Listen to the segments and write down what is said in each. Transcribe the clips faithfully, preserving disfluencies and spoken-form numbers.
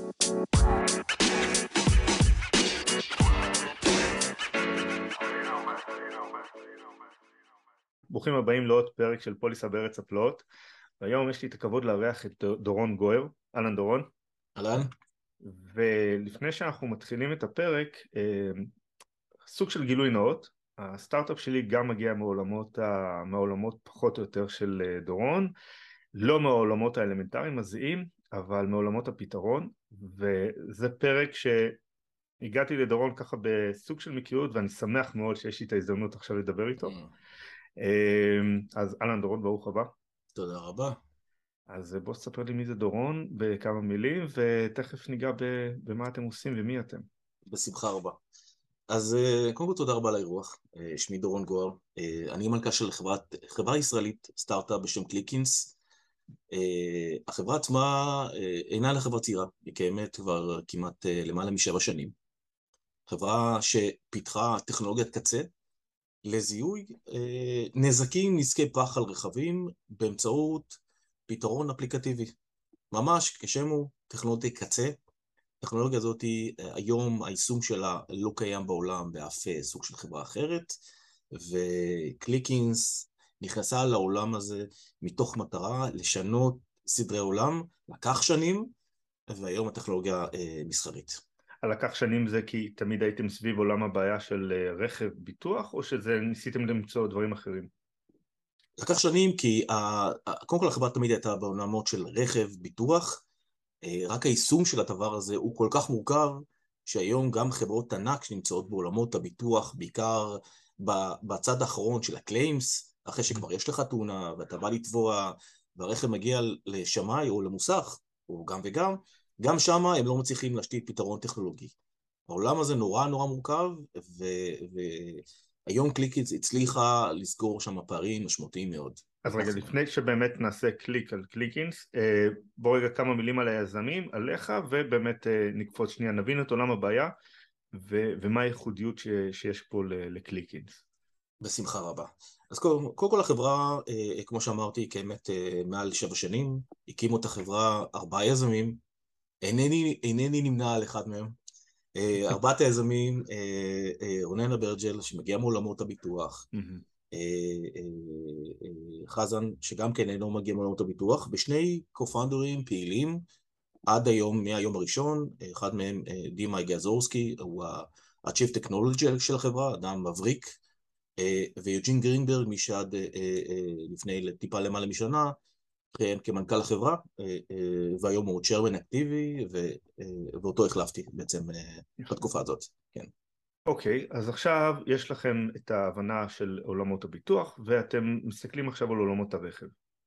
ברוכים הבאים לעוד פרק של פוליסה בארץ הפלאות, והיום יש לי את הכבוד לארח את דורון גואר. אהלן דורון. אהלן. ולפני שאנחנו מתחילים את הפרק, סוג של גילוי נאות, הסטארט-אפ שלי גם מגיע מעולמות, מעולמות פחות או יותר של דורון, לא מעולמות האלמנטריים הזהים, אבל מעולמות הפתרון, וזה פרק שהגעתי לדורון ככה בסוג של מקריות, ואני שמח מאוד שיש לי את ההזדמנות עכשיו לדבר איתו. אז אהלן דורון, ברוך הבא. תודה רבה. אז בוא תספר לי מי זה דורון בכמה מילים, ותכף ניגע במה אתם עושים ומי אתם. בשמחה רבה. אז קודם כל תודה רבה על האירוח. שמי דורון גואר, אני מנכ"ל של חברת, חברה ישראלית, סטארט-אפ בשם קליקינס. החברה עצמה אינה לחברה צעירה, היא קיימת כבר כמעט למעלה משבע שנים. חברה שפיתחה טכנולוגיית קצה לזיהוי נזקים, נזקי פח על רכבים באמצעות פתרון אפליקטיבי. ממש כשם הוא טכנולוגיית קצה. הטכנולוגיה הזאת היום היישום שלה לא קיים בעולם באף סוג של חברה אחרת, וקליקינס נכנסה לעולם הזה מתוך מטרה לשנות סדרי עולם. לקח שנים, והיום הטכנולוגיה מסחרית. לקח שנים זה כי תמיד הייתם סביב עולם הבעיה של רכב ביטוח, או שזה ניסיתם למצוא דברים אחרים? לקח שנים כי קודם כל החברה תמיד הייתה בעולמות של רכב ביטוח, רק היישום של הדבר הזה הוא כל כך מורכב, שהיום גם חברות ענק שנמצאות בעולמות הביטוח, בעיקר בצד האחרון של הקליימס, אחרי שכבר יש לך תאונה ואתה בא לתבוע, והרכב מגיע לשמאי או למוסך, או גם וגם, גם שם הם לא מצליחים להשתית פתרון טכנולוגי. העולם הזה נורא נורא מורכב, והיום קליקינס הצליחה לסגור שם פערים משמעותיים מאוד. אז רגע, לפני שבאמת נעשה קליק על קליקינס, בוא רגע כמה מילים על היזמים, עליך, ובאמת נקפוץ שנייה, נבין את עולם הבעיה, ומה הייחודיות שיש פה לקליקינס. בשמחה רבה. אז קודם כל החברה, כמו שאמרתי, קיימת מעל שבע שנים, הקימו את החברה ארבעה יזמים, אינני, אינני נמנה על אחד מהם. ארבעת היזמים, רונן אברג'ל, שמגיע מעולמות הביטוח, חזן, שגם כן אינו מגיע מעולמות הביטוח, בשני קו-פאונדרים פעילים עד היום, מהיום הראשון. אחד מהם, דימה גזורסקי, הוא ה-Chief Technology של החברה, אדם מבריק, ויוג'ין גרינברג, מי שעד לפני טיפה למעלה משנה, כמנכ"ל החברה, והיום הוא צ'רמן אקטיבי, ואותו החלפתי בעצם בתקופה הזאת. כן. אוקיי, אז עכשיו יש לכם את ההבנה של עולמות הביטוח, ואתם מסתכלים עכשיו על עולמות הרכב.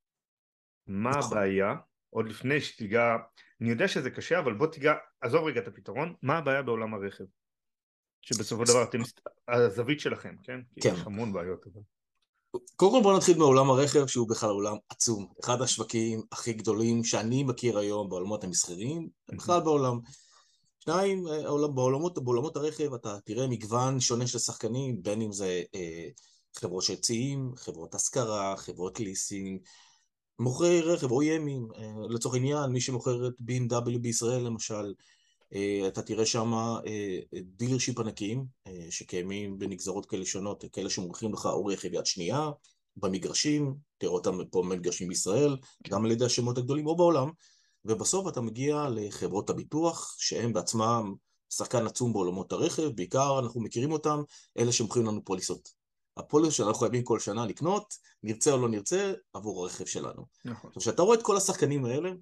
מה הבעיה? עוד לפני שתיגע, אני יודע שזה קשה, אבל בוא תיגע, עזוב רגע את הפתרון, מה הבעיה בעולם הרכב? שבסופו של דבר אתם, הזווית שלכם, כן? כי יש המון בעיות. קודם כל בוא נתחיל מעולם הרכב, שהוא בכלל עולם עצום. אחד השווקים הכי גדולים שאני מכיר היום בעולמות המסחריים, בכלל בעולם. שניים, בעולמות, בעולמות הרכב אתה תראה מגוון שונה של שחקנים, בין אם זה אה, חברות של ציים, חברות השכרה, חברות ליסינג, מוכרי רכב, או ימים, אה, לצורך עניין, מי שמוכרת בי אם דאבליו בישראל למשל, אה, אתה תראה שם אה, דילרשיפ ענקים, אה, שקיימים בנגזרות כאלה שונות, כאלה שמוכרים לך או רכב יד שנייה, במגרשים, תראה אותם פה במגרשים בישראל, גם על ידי השמות הגדולים או בעולם, ובסוף אתה מגיע לחברות הביטוח, שהם בעצמם שחקן עצום בעולמות הרכב, בעיקר אנחנו מכירים אותם, אלה שמוכרים לנו פוליסות. הפוליסות שאנחנו חייבים כל שנה לקנות, נרצה או לא נרצה, עבור הרכב שלנו. נכון. עכשיו, כשאתה רואה את כל השחקנים האלה,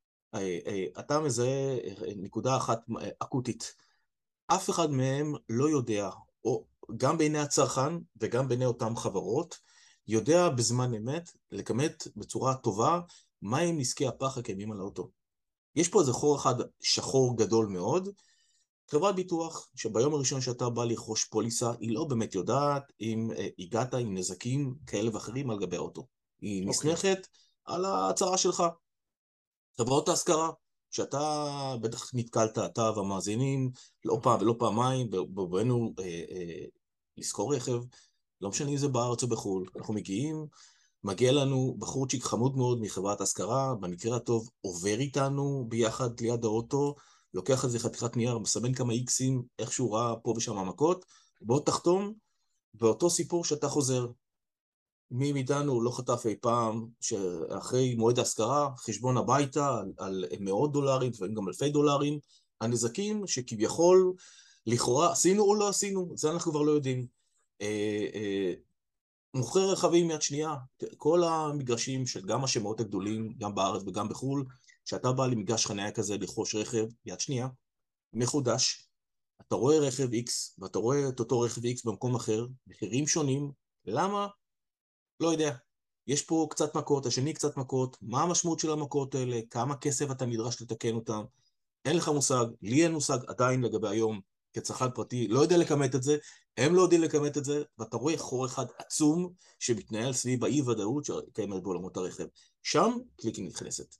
אתה מזהה נקודה אחת אקוטית. אף אחד מהם לא יודע, או גם בעיני הצרכן וגם בעיני אותם חברות, יודע בזמן אמת, לכמת בצורה טובה, מהם נזקי הפח הקיימים על האוטו. יש פה איזה חור אחד שחור גדול מאוד, חברת ביטוח שביום הראשון שאתה בא לרכוש פוליסה, היא לא באמת יודעת אם הגעת עם נזקים כאלה ואחרים על גבי האוטו. היא נסמכת על ההצהרה שלך. חברות ההשכרה, שאתה בטח נתקלת, אתה והמאזינים, לא פעם ולא פעמיים, בבואנו אה, אה, לזכור רכב, לא משנה אם זה בארץ או בחול, אנחנו מגיעים, מגיע לנו בחורצ'יק חמוד מאוד מחברת השכרה, במקרה הטוב עובר איתנו ביחד ליד האוטו, לוקח איזה חתיכת נייר, מסמן כמה איקסים, איך שהוא ראה פה ושם המכות, בוא תחתום, ואותו סיפור שאתה חוזר. מי מאיתנו לא חטף אי פעם, שאחרי מועד ההשכרה, חשבון הביתה על, על מאות דולרים, לפעמים גם אלפי דולרים, הנזקים שכביכול, לכאורה, עשינו או לא עשינו, זה אנחנו כבר לא יודעים. אה, אה, מוכר רכבים מיד שנייה, כל המגרשים של גם השמות הגדולים, גם בארץ וגם בחול, שאתה בא למגרש חניה כזה לרכוש רכב, יד שנייה, מחודש, אתה רואה רכב X, ואתה רואה את אותו רכב X במקום אחר, מחירים שונים, למה? לא יודע. יש פה קצת מכות, השני קצת מכות, מה המשמעות של המכות האלה, כמה כסף אתה נדרש לתקן אותם, אין לך מושג, לי אין מושג עדיין לגבי היום, כצרכן פרטי, לא יודע לכמת את זה, הם לא יודעים לכמת את זה, ואתה רואה חור אחד עצום שמתנהל סביב האי-ודאות שקיימת בעולמות הרכב. שם קליקינג נכנסת.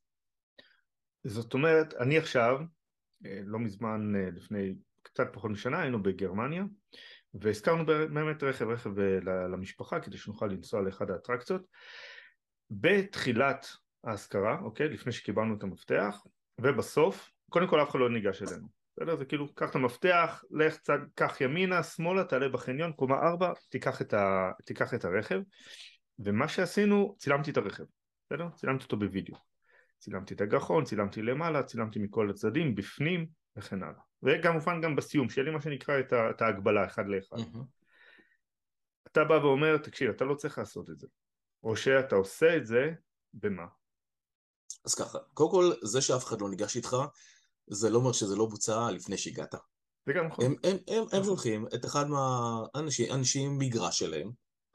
זאת אומרת, אני עכשיו, לא מזמן, לפני קצת פחות משנה, היינו בגרמניה, והזכרנו באמת רכב, רכב למשפחה, כדי שנוכל לנסוע לאחד האטרקציות. בתחילת ההשכרה, אוקיי, לפני שקיבלנו את המפתח, ובסוף, קודם כל אף אחד לא ניגש אלינו. בסדר? זה כאילו, קח את המפתח, לך צד, קח ימינה, שמאלה, תעלה בחניון, קומה ארבע, תיקח את, ה, תיקח את הרכב, ומה שעשינו, צילמתי את הרכב, בסדר? צילמתי אותו בווידאו. צילמתי את הגחון, צילמתי למעלה, צילמתי מכל הצדדים, בפנים, וכן הלאה. וכמובן גם בסיום, שיהיה לי מה שנקרא את, ה, את ההגבלה אחד לאחד. Mm-hmm. אתה בא ואומר, תקשיב, אתה לא צריך לעשות את זה. או שאתה עושה את זה, במה? אז ככה, קודם כל, זה שאף אחד לא ניגש איתך, זה לא אומר שזה לא בוצע לפני שהגעת. זה גם נכון. הם, הם, הם, הם הולכים את אחד מהאנשים, אנשים מגרש שלהם,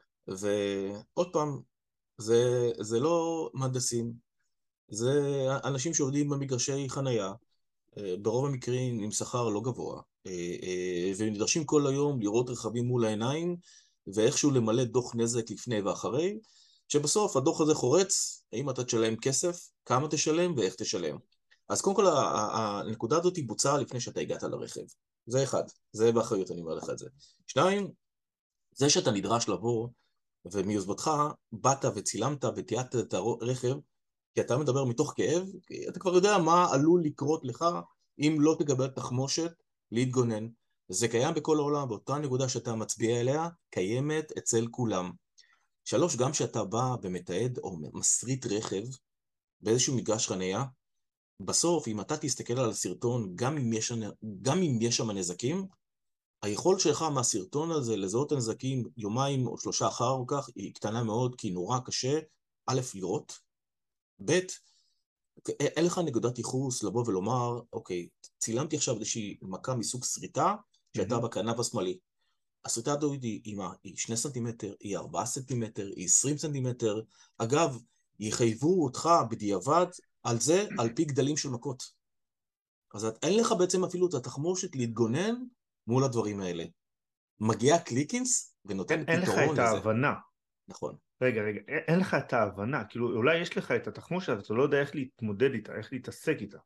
ועוד פעם, זה, זה לא מהנדסים, זה אנשים שעובדים במגרשי חנייה, ברוב המקרים עם שכר לא גבוה, ונדרשים כל היום לראות רכבים מול העיניים, ואיכשהו למלא דוח נזק לפני ואחרי, שבסוף הדוח הזה חורץ, האם אתה תשלם כסף, כמה תשלם ואיך תשלם. אז קודם כל הנקודה הזאת היא בוצעה לפני שאתה הגעת לרכב. זה אחד, זה באחריות אני אומר לך את זה. שניים, זה שאתה נדרש לבוא, ומיוזבתך באת וצילמת ותיעדת את הרכב, כי אתה מדבר מתוך כאב, כי אתה כבר יודע מה עלול לקרות לך אם לא תקבל תחמושת להתגונן. זה קיים בכל העולם, באותה נקודה שאתה מצביע אליה, קיימת אצל כולם. שלוש, גם שאתה בא ומתעד או מסריט רכב באיזשהו מגרש חניה, בסוף, אם אתה תסתכל על הסרטון, גם אם יש, גם אם יש שם נזקים, היכולת שלך מהסרטון הזה לזהות הנזקים יומיים או שלושה אחר כך היא קטנה מאוד, כי נורא קשה, א', לראות, ב', אין לך נקודת ייחוס לבוא ולומר, אוקיי, צילמתי עכשיו איזושהי מכה מסוג סריטה, שהייתה בכנף השמאלי. הסריטה הזאת היא, היא שני סנטימטר, היא ארבעה סנטימטר, היא עשרים סנטימטר. אגב, יחייבו אותך בדיעבד על זה, על פי גדלים של מכות. אז אין לך בעצם אפילו את התחמושת להתגונן מול הדברים האלה. מגיע קליקינס ונותן פתרון לזה. אין לך את ההבנה. נכון. רגע, רגע, אין לך את ההבנה. כאילו, אולי יש לך את התחמושת, אתה לא יודע איך להתמודד איתה, איך להתעסק איתה.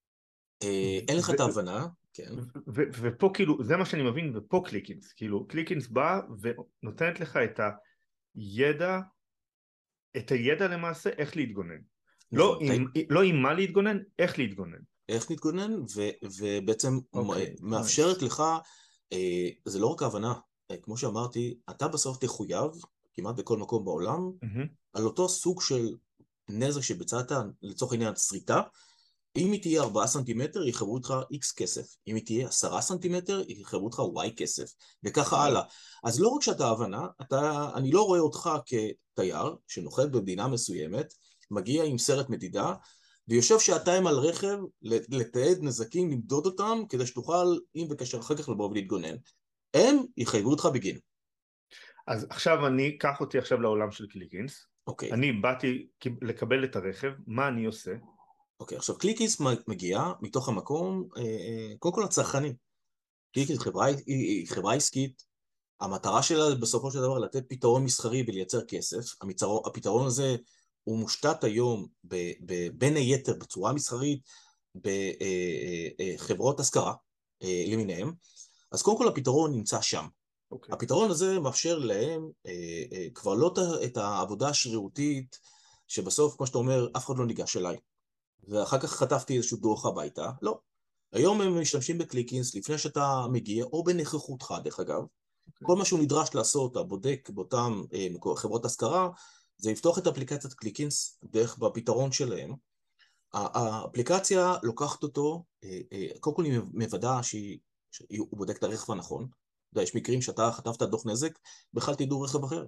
אין לך את ההבנה, כן. ופה כאילו, זה מה שאני מבין, ופה קליקינס. כאילו, קליקינס בא ונותנת לך את הידע, את הידע למעשה, איך להתגונן. לא עם, לא עם מה להתגונן, איך להתגונן. איך להתגונן, ובעצם מאפשרת לך, זה לא רק ההבנה, כמו שאמרתי, אתה בסוף תחויב, כמעט בכל מקום בעולם, על אותו סוג של נזק שביצעת, לצורך העניין שריטה, אם היא תהיה ארבעה סנטימטר, יחברו אותך X כסף. אם היא תהיה עשרה סנטימטר, יחברו אותך Y כסף. וככה הלאה. אז לא רק שאתה הבנה, אתה, אני לא רואה אותך כתייר, שנוחת במדינה מסוימת, מגיע עם סרט מדידה, ויושב שעתיים על רכב, לתעד נזקים, למדוד אותם, כדי שתוכל, אם וכאשר אחר כך לבוא ולהתגונן. הם יחייבו אותך בגין. אז עכשיו אני, קח אותי עכשיו לעולם של קליקינס. אוקיי. אני באתי לקבל את הרכב, מה אני עושה? אוקיי, עכשיו קליקינס מגיע מתוך המקום, קודם כל הצרכני. קליקינס היא חברה עסקית, המטרה שלה בסופו של דבר לתת פתרון מסחרי ולייצר כסף. הפתרון הזה הוא מושתת היום בין היתר בצורה מסחרית בחברות השכרה למיניהם. אז קודם כל הפתרון נמצא שם. Okay. הפתרון הזה מאפשר להם כבר לא את העבודה השרירותית שבסוף, כמו שאתה אומר, אף אחד לא ניגש אליי. ואחר כך חטפתי איזשהו דוח הביתה. לא. היום הם משתמשים בקליקינס לפני שאתה מגיע, או בנוכחותך דרך אגב. כל מה שהוא נדרש לעשות, הבודק באותם אה, חברות השכרה, זה לפתוח את אפליקציית קליקינס דרך בפתרון שלהם. האפליקציה לוקחת אותו, אה, אה, קודם כל היא מוודא שהוא בודק את הרכב הנכון. אתה יודע, יש מקרים שאתה חטפת דוח נזק, בכלל תדעו רכב אחר.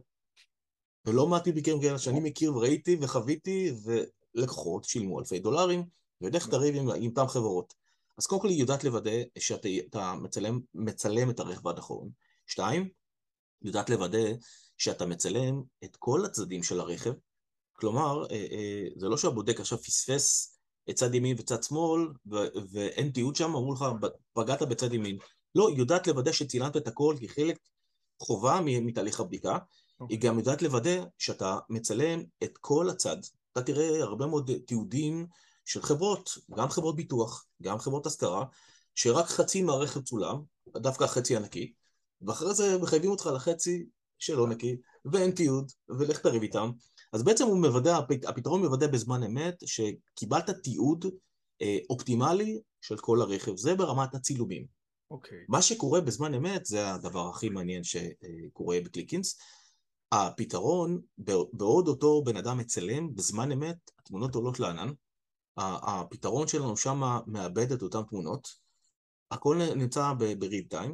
ולא מעטים מקרים כאלה שאני מכיר וראיתי וחוויתי, ולקוחות שילמו אלפי דולרים, ודרך תריב עם, עם אותם חברות. אז קודם כל היא יודעת לוודא שאתה מצלם, מצלם את הרכב הנכון. שתיים, יודעת לוודא שאתה מצלם את כל הצדדים של הרכב. כלומר, זה לא שהבודק עכשיו פספס את צד ימין וצד שמאל, ואין תיעוד שם, אמרו לך, פגעת בצד ימין. לא, היא יודעת לוודא שצילמת את הכל כחלק חובה מתהליך הבדיקה. Okay. היא גם יודעת לוודא שאתה מצלם את כל הצד. אתה תראה הרבה מאוד תיעודים של חברות, גם חברות ביטוח, גם חברות השכרה, שרק חצי מהרכב צולם, דווקא החצי הנקי, ואחרי זה מחייבים אותך לחצי שלא נקי, ואין תיעוד, ולך תריב איתם. אז בעצם הוא מוודא, הפתרון מוודא בזמן אמת, שקיבלת תיעוד אה, אופטימלי של כל הרכב. זה ברמת הצילומים. אוקיי. מה שקורה בזמן אמת, זה הדבר הכי מעניין שקורה בקליקינס. הפתרון, בעוד אותו בן אדם מצלם, בזמן אמת, התמונות עולות לענן. הפתרון שלנו שם מאבד את אותן תמונות. הכל נמצא ב-real time.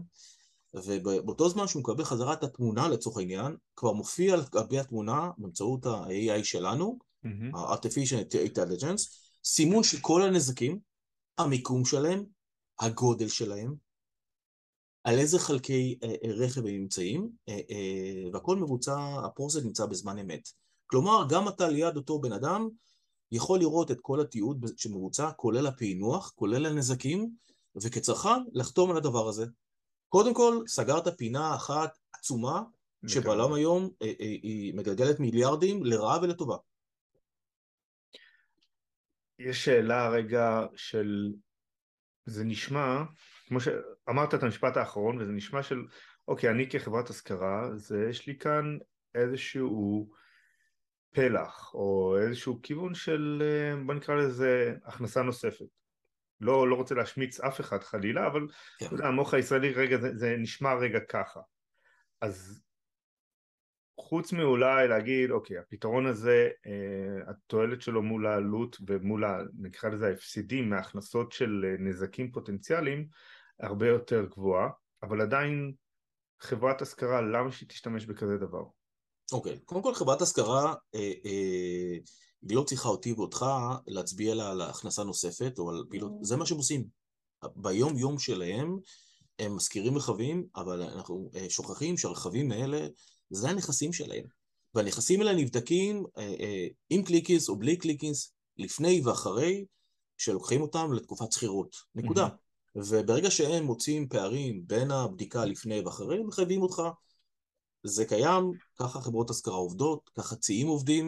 ובאותו זמן שהוא מקבל חזרה את התמונה לצורך העניין, כבר מופיע על גבי התמונה באמצעות ה-איי איי שלנו, ה-Artificial Intelligence, סימון של כל הנזקים, המיקום שלהם, הגודל שלהם, על איזה חלקי רכב הם נמצאים, והכל מבוצע, הפרוסס נמצא בזמן אמת. כלומר, גם אתה ליד אותו בן אדם, יכול לראות את כל התיעוד שמבוצע, כולל הפענוח, כולל הנזקים, וכצרכן לחתום על הדבר הזה. קודם כל, סגרת פינה אחת עצומה, שבעולם היום היא מגלגלת מיליארדים לרעה ולטובה. יש שאלה רגע של, זה נשמע, כמו שאמרת את המשפט האחרון, וזה נשמע של, אוקיי, אני כחברת השכרה, זה יש לי כאן איזשהו פלח, או איזשהו כיוון של, בוא נקרא לזה, הכנסה נוספת. לא, לא רוצה להשמיץ אף אחד חלילה, אבל כן. אתה יודע, המוח הישראלי רגע, זה, זה נשמע רגע ככה. אז חוץ מאולי להגיד, אוקיי, הפתרון הזה, אה, התועלת שלו מול העלות ומול, נקרא לזה, ההפסידים מהכנסות של נזקים פוטנציאליים, הרבה יותר גבוהה, אבל עדיין חברת השכרה, למה שהיא תשתמש בכזה דבר? אוקיי, קודם כל חברת השכרה, אה, אה, היא לא צריכה אותי ואותך להצביע לה על הכנסה נוספת, או על פעילות, זה מה שהם עושים. ביום יום שלהם הם מזכירים רכבים, אבל אנחנו שוכחים שהרכבים האלה, זה הנכסים שלהם. והנכסים האלה נבדקים אה, אה, עם קליקינס או בלי קליקינס, לפני ואחרי, שלוקחים אותם לתקופת שכירות. נקודה. Mm-hmm. וברגע שהם מוצאים פערים בין הבדיקה לפני ואחרי, הם מחייבים אותך. זה קיים, ככה חברות השכרה עובדות, ככה ציים עובדים,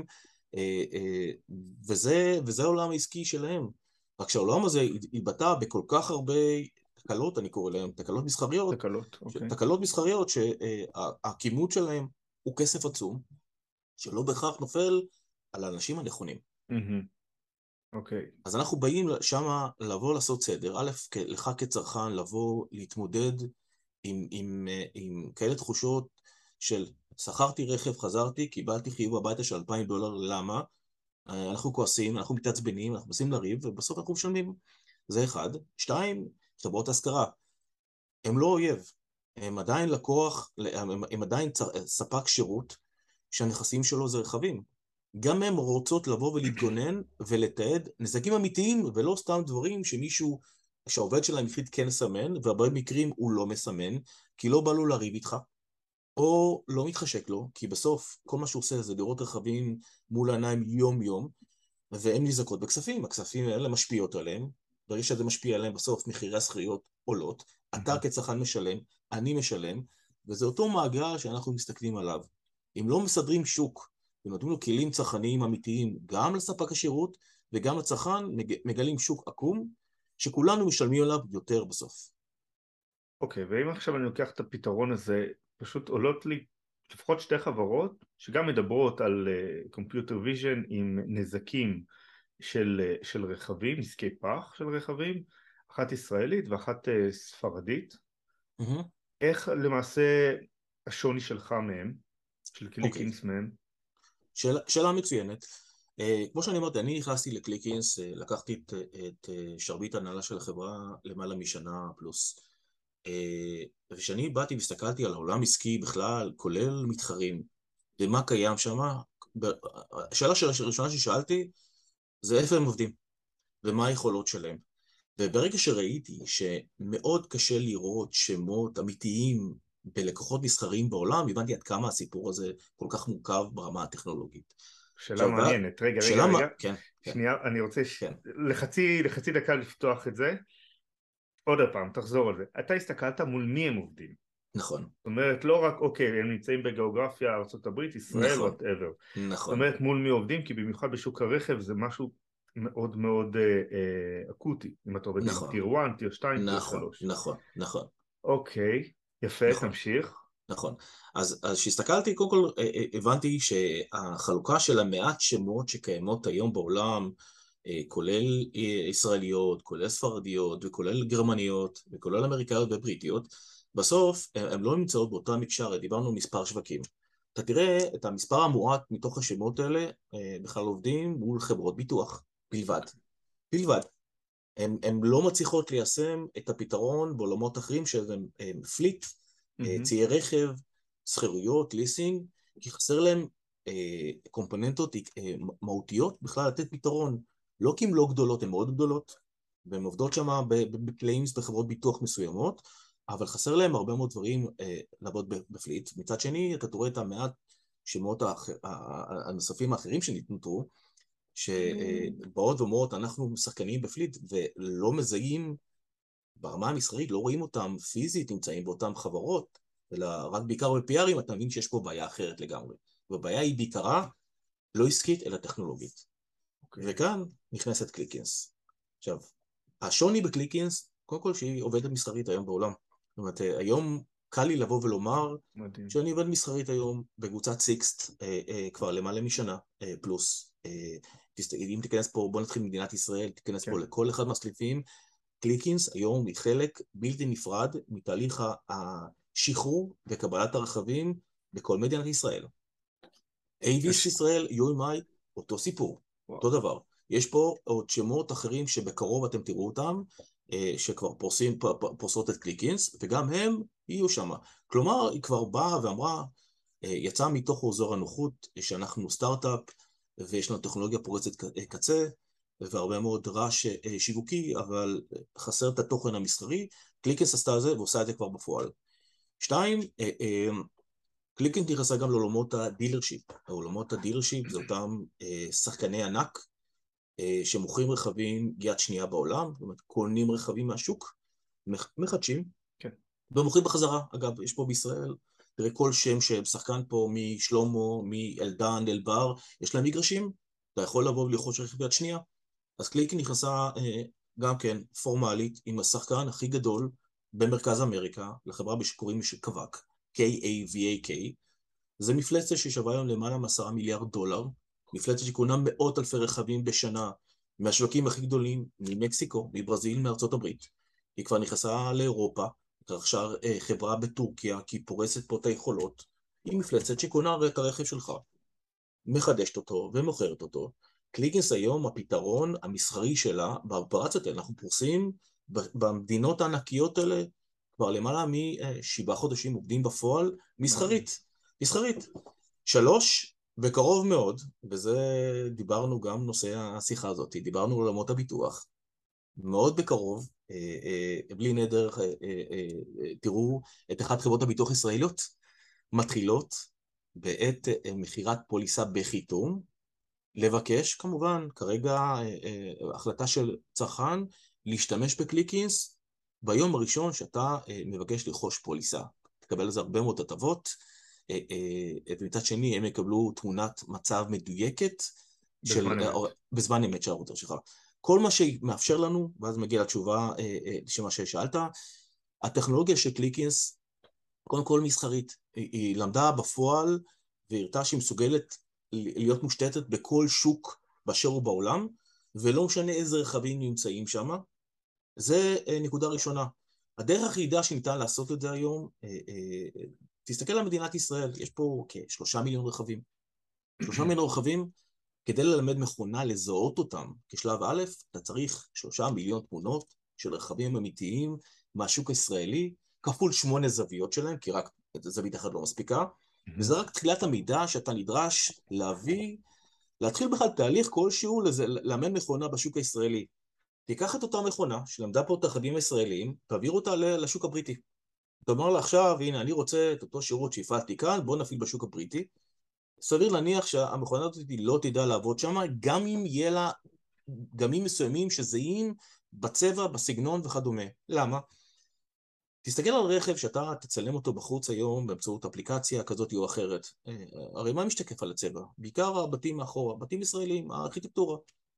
וזה, וזה העולם העסקי שלהם. רק שהעולם הזה התבטא בכל כך הרבה תקלות, אני קורא להם, תקלות מסחריות, תקלות, אוקיי. תקלות מסחריות שהכימות שלהם הוא כסף עצום, שלא בהכרח נופל על האנשים הנכונים. אוקיי. אז אנחנו באים שמה לבוא לעשות סדר, א', לך כצרכן לבוא להתמודד עם, עם, עם כאלה תחושות של שכרתי רכב, חזרתי, קיבלתי חיוב הביתה של אלפיים דולר, למה? אנחנו כועסים, אנחנו מתעצבנים, אנחנו מנסים לריב, ובסוף אנחנו משלמים. זה אחד. שתיים, חברות השכרה. הם לא אויב. הם עדיין לקוח, הם, הם עדיין ספק שירות, שהנכסים שלו זה רכבים. גם הם רוצות לבוא ולהתגונן ולתעד נזקים אמיתיים, ולא סתם דברים שמישהו, שהעובד שלהם החליט כן לסמן, והרבה מקרים הוא לא מסמן, כי לא בא לו לריב איתך. או לא מתחשק לו, כי בסוף כל מה שהוא עושה זה לראות רכבים מול העיניים יום יום, והן נזקות בכספים, הכספים האלה משפיעות עליהם, ברגע שזה משפיע עליהם בסוף מחירי השכירות עולות, אתה כצרכן משלם, אני משלם, וזה אותו מעגל שאנחנו מסתכלים עליו. אם לא מסדרים שוק, ונותנים לו כלים צרכניים אמיתיים, גם לספק השירות וגם לצרכן, מגלים שוק עקום, שכולנו משלמים עליו יותר בסוף. אוקיי, ואם עכשיו אני לוקח את הפתרון הזה, פשוט עולות לי לפחות שתי חברות שגם מדברות על קומפיוטר uh, ויז'ן עם נזקים של, uh, של רכבים, נזקי פח של רכבים. אחת ישראלית ואחת uh, ספרדית. Mm-hmm. איך למעשה השוני שלך מהם, של אוקיי. קליקינס מהם? שאלה, שאלה מצוינת. Uh, כמו שאני אמרתי, אני נכנסתי לקליקינס, uh, לקחתי את, את uh, שרביט הנהלה של החברה למעלה משנה פלוס. Uh, וכשאני באתי והסתכלתי על העולם עסקי בכלל, כולל מתחרים, ומה קיים שם, השאלה הראשונה ששאלתי זה איפה הם עובדים, ומה היכולות שלהם. וברגע שראיתי שמאוד קשה לראות שמות אמיתיים בלקוחות מסחריים בעולם, הבנתי עד כמה הסיפור הזה כל כך מורכב ברמה הטכנולוגית. שאלה מעניינת, רגע, רגע, שאלה מה... רגע, כן, כן, שנייה, אני רוצה ש... כן. לחצי, לחצי דקה לפתוח את זה, עוד פעם, תחזור על זה, אתה הסתכלת מול מי הם עובדים. נכון. זאת אומרת, לא רק, אוקיי, הם נמצאים בגיאוגרפיה, ארצות הברית, ישראל, נכון, whatever. נכון. זאת אומרת, מול מי עובדים, כי במיוחד בשוק הרכב זה משהו מאוד מאוד אה, אה, אקוטי, אם אתה עובד עם נכון, טיר אחת, טיר שתיים, טיר נכון, שלוש. נכון, נכון. אוקיי, יפה, נכון. תמשיך. נכון. אז, אז שהסתכלתי, קודם כל הבנתי שהחלוקה של המעט שמות שקיימות היום בעולם, כולל ישראליות, כולל ספרדיות, וכולל גרמניות, וכולל אמריקאיות ובריטיות, בסוף הן לא נמצאות באותה מקשר, דיברנו מספר שווקים. אתה תראה את המספר המועט מתוך השמות האלה, בכלל עובדים מול חברות ביטוח, בלבד. בלבד. הן לא מצליחות ליישם את הפתרון בעולמות אחרים שזה פליט, ציי רכב, שכירויות, ליסינג, כי חסר להם אה, קומפוננטות אה, מהותיות בכלל לתת פתרון. לא כי הן לא גדולות, הן מאוד גדולות, והן עובדות שם בפליימס בחברות ביטוח מסוימות, אבל חסר להם הרבה מאוד דברים אה, לעבוד בפליט. מצד שני, אתה תראה את המעט שמות האח... הנוספים האחרים שניתנו, שבאות ואומרות, אנחנו שחקנים בפליט, ולא מזהים ברמה המסחרית, לא רואים אותם פיזית, נמצאים באותן חברות, אלא רק בעיקר ב-פי ארים, אתה מבין שיש פה בעיה אחרת לגמרי. והבעיה היא בעיקרה לא עסקית, אלא טכנולוגית. Okay. וכאן נכנסת קליקינס. עכשיו, השוני בקליקינס, קודם כל שהיא עובדת מסחרית היום בעולם. זאת אומרת, היום קל לי לבוא ולומר מדהים. שאני עובד מסחרית היום בקבוצת סיקסט, אה, אה, כבר למעלה משנה, אה, פלוס. אה, אם תיכנס פה, בוא נתחיל ממדינת ישראל, תיכנס okay. פה לכל אחד מהסליפים, קליקינס היום היא חלק בלתי נפרד מתהליך השחרור וקבלת הרכבים בכל מדינת ישראל. אייביס ישראל, יו אם איי, אותו סיפור, אותו דבר. יש פה עוד שמות אחרים שבקרוב אתם תראו אותם, שכבר פורסים, פורסות את קליקינס, וגם הם יהיו שם. כלומר, היא כבר באה ואמרה, יצאה מתוך אזור הנוחות, שאנחנו סטארט-אפ, ויש לנו טכנולוגיה פורצת קצה, והרבה מאוד רעש שיווקי, אבל חסר את התוכן המסחרי. קליקינס עשתה את זה ועושה את זה כבר בפועל. שתיים, קליקינס נכנסה גם לעולמות הדילרשיפ. העולמות הדילרשיפ זה אותם שחקני ענק שמוכרים רכבים יד שנייה בעולם, זאת אומרת, קונים רכבים מהשוק, מחדשים, כן. ומוכרים בחזרה. אגב, יש פה בישראל, תראה כל שם ששחקן פה משלומו, מאלדן, אלבר, יש להם מגרשים, אתה יכול לבוא ולרכוש רכב יד שנייה. אז קליקינס נכנסה גם כן פורמלית עם השחקן הכי גדול במרכז אמריקה, לחברה שקוראים קוואק, קיי איי וי איי קיי. זה מפלצת ששווה היום למעלה מעשרה מיליארד דולר, מפלצת שקונה מאות אלפי רכבים בשנה, מהשווקים הכי גדולים, ממקסיקו, מברזיל, מארצות הברית. היא כבר נכנסה לאירופה, רכשה חברה בטורקיה, כי היא פורסת פה את היכולות. היא מפלצת שקונה את הרכב שלך, מחדשת אותו ומוכרת אותו. קליקינס היום, הפתרון המסחרי שלה, באופרציות האלה, אנחנו פורסים במדינות הענקיות האלה, כבר למעלה משבעה חודשים עובדים בפועל, מסחרית, מסחרית. שלוש, בקרוב מאוד, וזה דיברנו גם נושא השיחה הזאת, דיברנו על עולמות הביטוח, מאוד בקרוב, בלי נדר, תראו את אחת חברות הביטוח ישראליות, מתחילות בעת מחירת פוליסה בחיתום, לבקש כמובן, כרגע החלטה של צרכן, להשתמש בקליקינס ביום הראשון שאתה מבקש לרכוש פוליסה. תקבל על זה הרבה מאוד הטבות, ומצד שני הם יקבלו תמונת מצב מדויקת, בזמן של, אמת. בזמן אמת של הרוטר שלך. כל מה שמאפשר לנו, ואז מגיע לתשובה שמה ששאלת, הטכנולוגיה של קליקינס, קודם כל מסחרית, היא למדה בפועל, והראתה שהיא מסוגלת להיות מושתתת בכל שוק באשר הוא בעולם, ולא משנה איזה רכבים נמצאים שם, זה נקודה ראשונה. הדרך היחידה שניתן לעשות את זה היום, תסתכל על מדינת ישראל, יש פה כשלושה מיליון רכבים. שלושה מיליון רכבים, כדי ללמד מכונה לזהות אותם כשלב א', אתה צריך שלושה מיליון תמונות של רכבים אמיתיים מהשוק הישראלי, כפול שמונה זוויות שלהם, כי רק זווית אחת לא מספיקה, וזה רק תחילת המידע שאתה נדרש להביא, להתחיל בכלל תהליך כלשהו לאמן מכונה בשוק הישראלי. תיקח את אותה מכונה שלמדה פה את הרכבים הישראליים, תעביר אותה לשוק הבריטי. אתה אומר לה עכשיו, הנה, אני רוצה את אותו שירות שהפעלתי כאן, בוא נפעיל בשוק הבריטי. סביר להניח שהמכונה הזאת לא תדע לעבוד שם, גם אם יהיה לה גמים מסוימים שזהים בצבע, בסגנון וכדומה. למה? תסתכל על רכב שאתה תצלם אותו בחוץ היום באמצעות אפליקציה כזאת או אחרת. הרי מה משתקף על הצבע? בעיקר הבתים מאחורה, בתים ישראלים, הארכיטקטורה.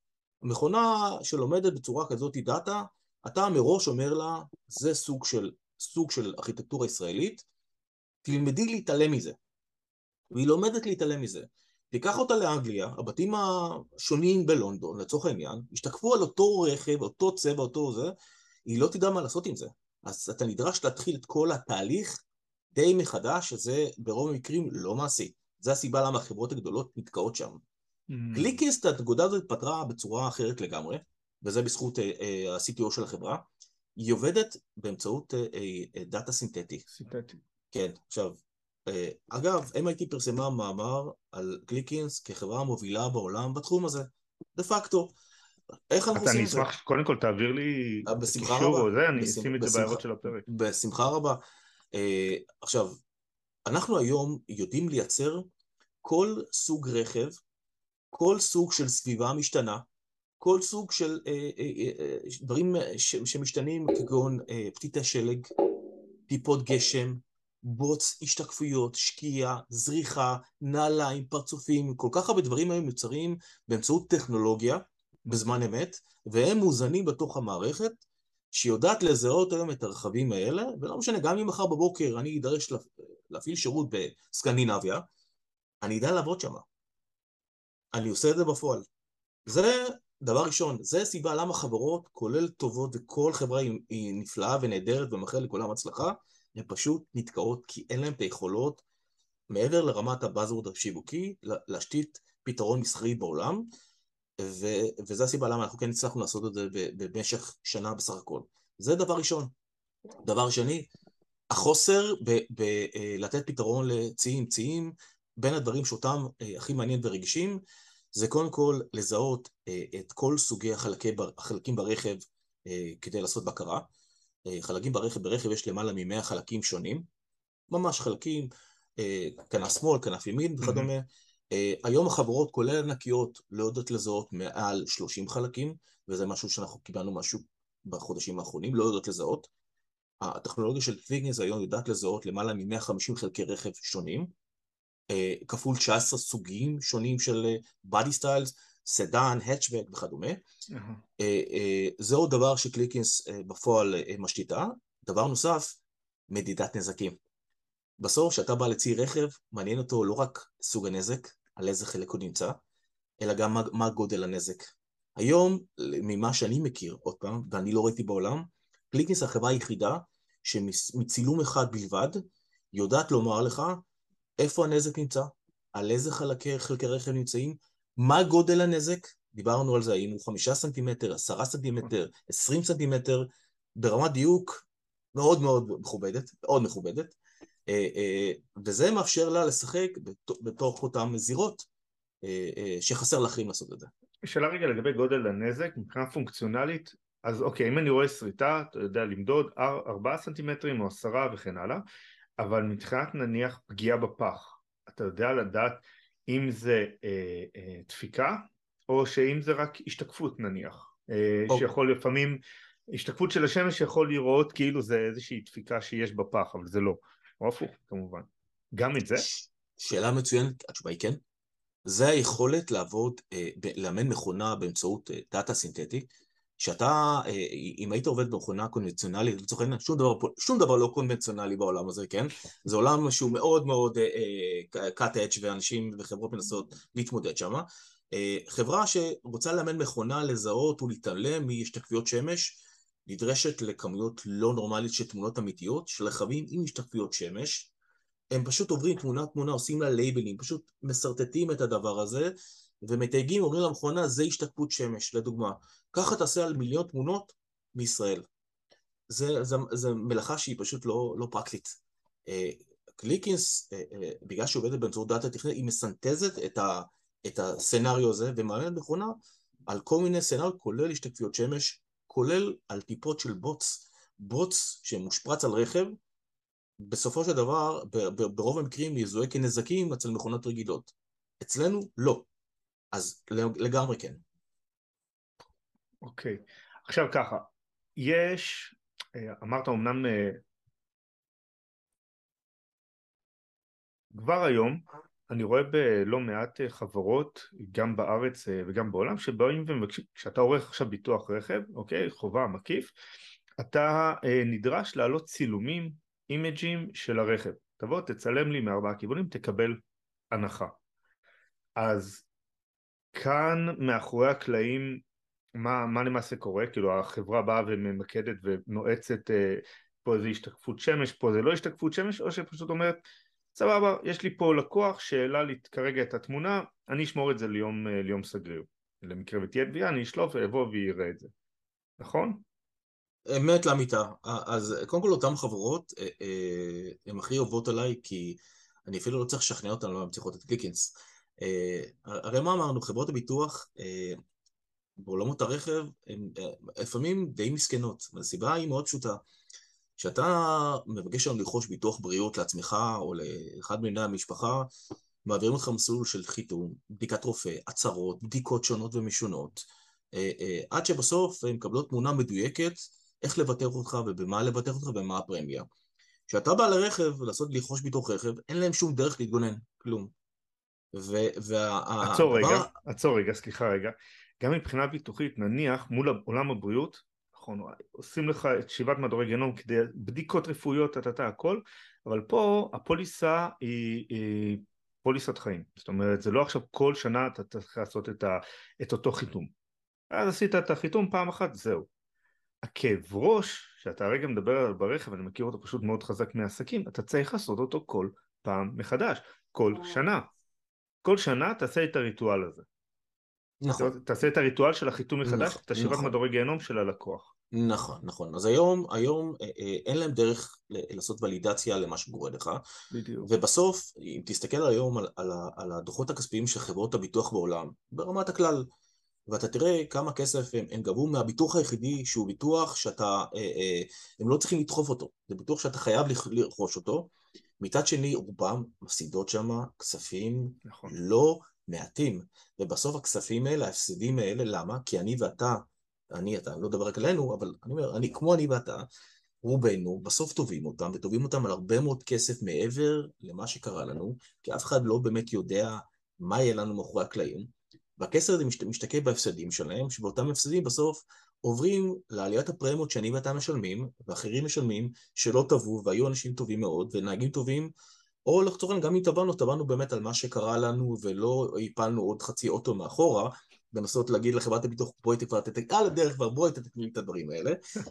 המכונה שלומדת בצורה כזאת דאטה, אתה מראש אומר לה, זה סוג של, סוג של ארכיטקטורה ישראלית, תלמדי להתעלם מזה. והיא לומדת להתעלם מזה. תיקח אותה לאנגליה, הבתים השונים בלונדון, לצורך העניין, השתקפו על אותו רכב, אותו צבע, אותו זה, היא לא תדע מה לעשות עם זה. אז אתה נדרש להתחיל את כל התהליך די מחדש, שזה ברוב המקרים לא מעשי. זה הסיבה למה החברות הגדולות נתקעות שם. קליקינסט, הנקודה הזאת התפתרה בצורה אחרת לגמרי, וזה בזכות ה-סי טי או של החברה, היא עובדת באמצעות דאטה סינתטי. סינתטי. כן, עכשיו, אגב, אם אם איי טי פרסמה מאמר על קליקינסט כחברה מובילה בעולם בתחום הזה, דה פקטו. איך אנחנו עושים את זה? אני אשמח, קודם כל תעביר לי קישור או זה, אני אשים את זה בהערות של הפרק. בשמחה רבה. עכשיו, אנחנו היום יודעים לייצר כל סוג רכב, כל סוג של סביבה משתנה, כל סוג של אה, אה, אה, דברים ש, שמשתנים כגון אה, פתיתי שלג, טיפות גשם, בוץ, השתקפויות, שקיעה, זריחה, נעליים, פרצופים, כל כך הרבה דברים היום יוצרים באמצעות טכנולוגיה בזמן אמת, והם מוזנים בתוך המערכת שיודעת לזהות היום את הרכבים האלה, ולא משנה, גם אם מחר בבוקר אני אדרש להפעיל שירות בסקנדינביה, אני אדע לעבוד שמה. אני עושה את זה בפועל. זה דבר ראשון, זה סיבה למה חברות, כולל טובות וכל חברה היא נפלאה ונהדרת ומאחלת לכולם הצלחה, הן פשוט נתקעות כי אין להן את היכולות, מעבר לרמת הבאזוורד השיווקי, להשתית פתרון מסחרי בעולם, ו- וזה הסיבה למה אנחנו כן הצלחנו לעשות את זה במשך שנה בסך הכל. זה דבר ראשון. דבר שני, החוסר בלתת פתרון לציים ציים, בין הדברים שאותם הכי מעניין ורגישים, זה קודם כל לזהות את כל סוגי החלקי, החלקים ברכב כדי לעשות בקרה. חלקים ברכב, ברכב יש למעלה ממאה חלקים שונים, ממש חלקים, כנף שמאל, כנף ימין וכדומה. היום החברות כולל ענקיות לא יודעות לזהות מעל שלושים חלקים, וזה משהו שאנחנו קיבלנו משהו בחודשים האחרונים, לא יודעות לזהות. הטכנולוגיה של קליקינסט היום יודעת לזהות למעלה מ-מאה וחמישים חלקי רכב שונים, כפול תשע עשרה סוגים שונים של body styles, סדן, hatchback וכדומה. זה עוד דבר שקליקינסט בפועל משתיתה. דבר נוסף, מדידת נזקים. בסוף, כשאתה בא לצי רכב, מעניין אותו לא רק סוג הנזק, על איזה חלק הוא נמצא, אלא גם מה, מה גודל הנזק. היום, ממה שאני מכיר, עוד פעם, ואני לא ראיתי בעולם, קליקינסט החברה היחידה, שמצילום אחד בלבד, יודעת לומר לך, איפה הנזק נמצא, על איזה חלקי, חלקי רכב נמצאים, מה גודל הנזק, דיברנו על זה, האם הוא חמישה סנטימטר, עשרה סנטימטר, עשרים סנטימטר, ברמת דיוק מאוד מאוד מכובדת, מאוד מכובדת, וזה מאפשר לה לשחק בתוך אותם זירות שחסר לאחרים לעשות את זה. שאלה רגע לגבי גודל הנזק, מבחינה פונקציונלית, אז אוקיי, אם אני רואה שריטה, אתה יודע למדוד ארבעה סנטימטרים או עשרה וכן הלאה, אבל מבחינת נניח פגיעה בפח, אתה יודע לדעת אם זה אה, אה, דפיקה, או שאם זה רק השתקפות נניח, אה, או. שיכול לפעמים, השתקפות של השמש יכול לראות כאילו זה איזושהי דפיקה שיש בפח, אבל זה לא, או הפוך כמובן. גם את זה? ש- שאלה מצוינת, התשובה היא כן. זה היכולת לעבוד, אה, ב- לאמן מכונה באמצעות אה, דאטה סינתטי, שאתה, אה, אם היית עובד במכונה קונבנציונלית, לצורך העניין, שום דבר, פה- שום דבר לא קונבנציונלי בעולם הזה, כן? זה עולם שהוא מאוד מאוד cut edge, ואנשים וחברות מנסות להתמודד שם. אה, חברה שרוצה לאמן מכונה לזהות ולהתעלם מהשתקפויות שמש, נדרשת לכמויות לא נורמלית של תמונות אמיתיות, של רכבים עם השתקפויות שמש, הם פשוט עוברים תמונה תמונה, עושים לה לייבלים, פשוט מסרטטים את הדבר הזה, ומתייגים, אומרים למכונה, זה השתקפות שמש, לדוגמה. ככה תעשה על מיליון תמונות מישראל. זה, זה, זה מלאכה שהיא פשוט לא, לא פרקטית. קליקינס, בגלל שהיא עובדת באמצעות דאטה טכנית, היא מסנטזת את, ה, את הסצנריו הזה, ומעניינת מכונה על כל מיני סצנריו, כולל השתקפויות שמש, כולל על טיפות של בוטס, בוטס שמושפרץ על רכב, בסופו של דבר, ברוב המקרים יזוהה כנזקים אצל מכונות רגילות. אצלנו לא. אז לגמרי כן. אוקיי. עכשיו ככה, יש, אמרת אמנם כבר היום, אני רואה בלא מעט חברות, גם בארץ וגם בעולם, שבאים ומבקשים, כשאתה עורך עכשיו ביטוח רכב, אוקיי, חובה מקיף, אתה נדרש להעלות צילומים, אימג'ים של הרכב. תבוא, תצלם לי מארבעה כיוונים, תקבל הנחה. אז כאן מאחורי הקלעים, מה, מה למעשה קורה? כאילו החברה באה וממקדת ונועצת, פה זה השתקפות שמש, פה זה לא השתקפות שמש, או שפשוט אומרת, סבבה, יש לי פה לקוח שאלה לי כרגע את התמונה, אני אשמור את זה ליום, ליום סגריר. למקרה ותהיה תביעה, אני אשלוף ויבוא ויראה את זה. נכון? אמת לאמיתה. אז קודם כל אותם חברות, הן הכי אוהבות עליי, כי אני אפילו לא צריך לשכנע אותן, לא מצליחות את קליקינס. הרי מה אמרנו, חברות הביטוח, בעולמות הרכב, הן לפעמים די מסכנות. הסיבה היא מאוד פשוטה. כשאתה מבקש לנו לרכוש ביטוח בריאות לעצמך או לאחד מבני המשפחה, מעבירים אותך מסלול של חיתום, בדיקת רופא, הצהרות, בדיקות שונות ומשונות, עד שבסוף הם מקבלות תמונה מדויקת איך לבטח אותך ובמה לבטח אותך ומה הפרמיה. כשאתה בא לרכב לעשות לרכוש ביטוח רכב, אין להם שום דרך להתגונן, כלום. עצור רגע, עצור רגע, סליחה רגע. גם מבחינה ביטוחית, נניח מול עולם הבריאות, נכון, עושים לך את שבעת מדורי גנום כדי בדיקות רפואיות, אתה הכל, אבל פה הפוליסה היא, היא פוליסת חיים. זאת אומרת, זה לא עכשיו כל שנה אתה צריך לעשות את, ה, את אותו חיתום. אז עשית את החיתום פעם אחת, זהו. הכאב ראש, שאתה הרגע מדבר עליו ברכב, אני מכיר אותו פשוט מאוד חזק מהעסקים, אתה צריך לעשות אותו כל פעם מחדש, כל שנה. כל שנה תעשה את הריטואל הזה. נכון. תעשה את הריטואל של החיתום מחדש, נכון, את השבעת נכון. מדורי גיהנום של הלקוח. נכון, נכון. אז היום, היום אה, אה, אין להם דרך לעשות ולידציה למה שקורה לך. בדיוק. ובסוף, אם תסתכל היום על, על, על הדוחות הכספיים של חברות הביטוח בעולם, ברמת הכלל, ואתה תראה כמה כסף הם, הם גבו מהביטוח היחידי, שהוא ביטוח שאתה, אה, אה, הם לא צריכים לדחוף אותו. זה ביטוח שאתה חייב לרכוש אותו. מצד שני, רובם מפסידות שם כספים נכון. לא מעטים. ובסוף הכספים האלה, ההפסדים האלה, למה? כי אני ואתה, אני, אתה, לא דבר רק עלינו, אבל אני אומר, אני, כמו אני ואתה, רובנו, בסוף טובים אותם, וטובים אותם על הרבה מאוד כסף מעבר למה שקרה לנו, כי אף אחד לא באמת יודע מה יהיה לנו מאחורי הקלעים, והכסף הזה משתקע בהפסדים שלהם, שבאותם הפסדים בסוף עוברים לעליית הפרמיות שאני ואתה משלמים, ואחרים משלמים שלא טבעו, והיו אנשים טובים מאוד, ונהגים טובים, או לצורך גם אם טבענו, טבענו באמת על מה שקרה לנו, ולא הפלנו עוד חצי אוטו מאחורה, בנסות להגיד לחברת הביטוח, בואי כבר תתק, על הדרך כבר בואי תתקני את הדברים האלה.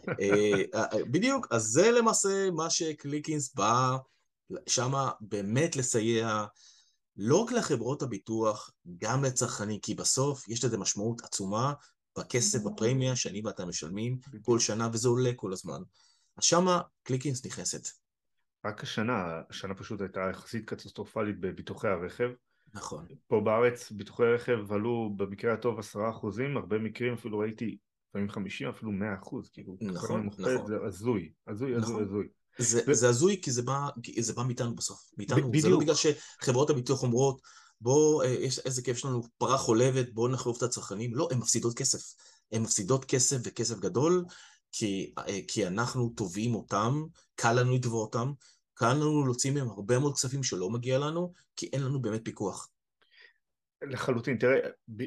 בדיוק, אז זה למעשה מה שקליקינס בא שמה באמת לסייע, לא רק לחברות הביטוח, גם לצרכנים, כי בסוף יש לזה משמעות עצומה בכסף, בפרמיה שאני ואתה משלמים כל שנה, וזה עולה כל הזמן. אז שמה קליקינס נכנסת. רק השנה, השנה פשוט הייתה יחסית קטסטרופלית בביטוחי הרכב. נכון. פה בארץ ביטוחי רכב עלו במקרה הטוב עשרה אחוזים, הרבה מקרים אפילו ראיתי, לפעמים חמישים, אפילו מאה אחוז, כאילו, נכון, נכון. זה הזוי, הזוי, הזוי, הזוי. זה, זה הזוי כי זה בא, זה בא מאיתנו בסוף, מאיתנו. בדיוק. זה לא בגלל שחברות הביטוח אומרות, בוא, יש איזה כיף שלנו, פרה חולבת, בוא נחלוף את הצרכנים. לא, הן מפסידות כסף. הן מפסידות כסף וכסף גדול, כי, כי אנחנו תובעים אותם, קל לנו לתבוע אותם, קל לנו להוציא מהם הרבה מאוד כספים שלא מגיע לנו, כי אין לנו באמת פיקוח. לחלוטין, תראה,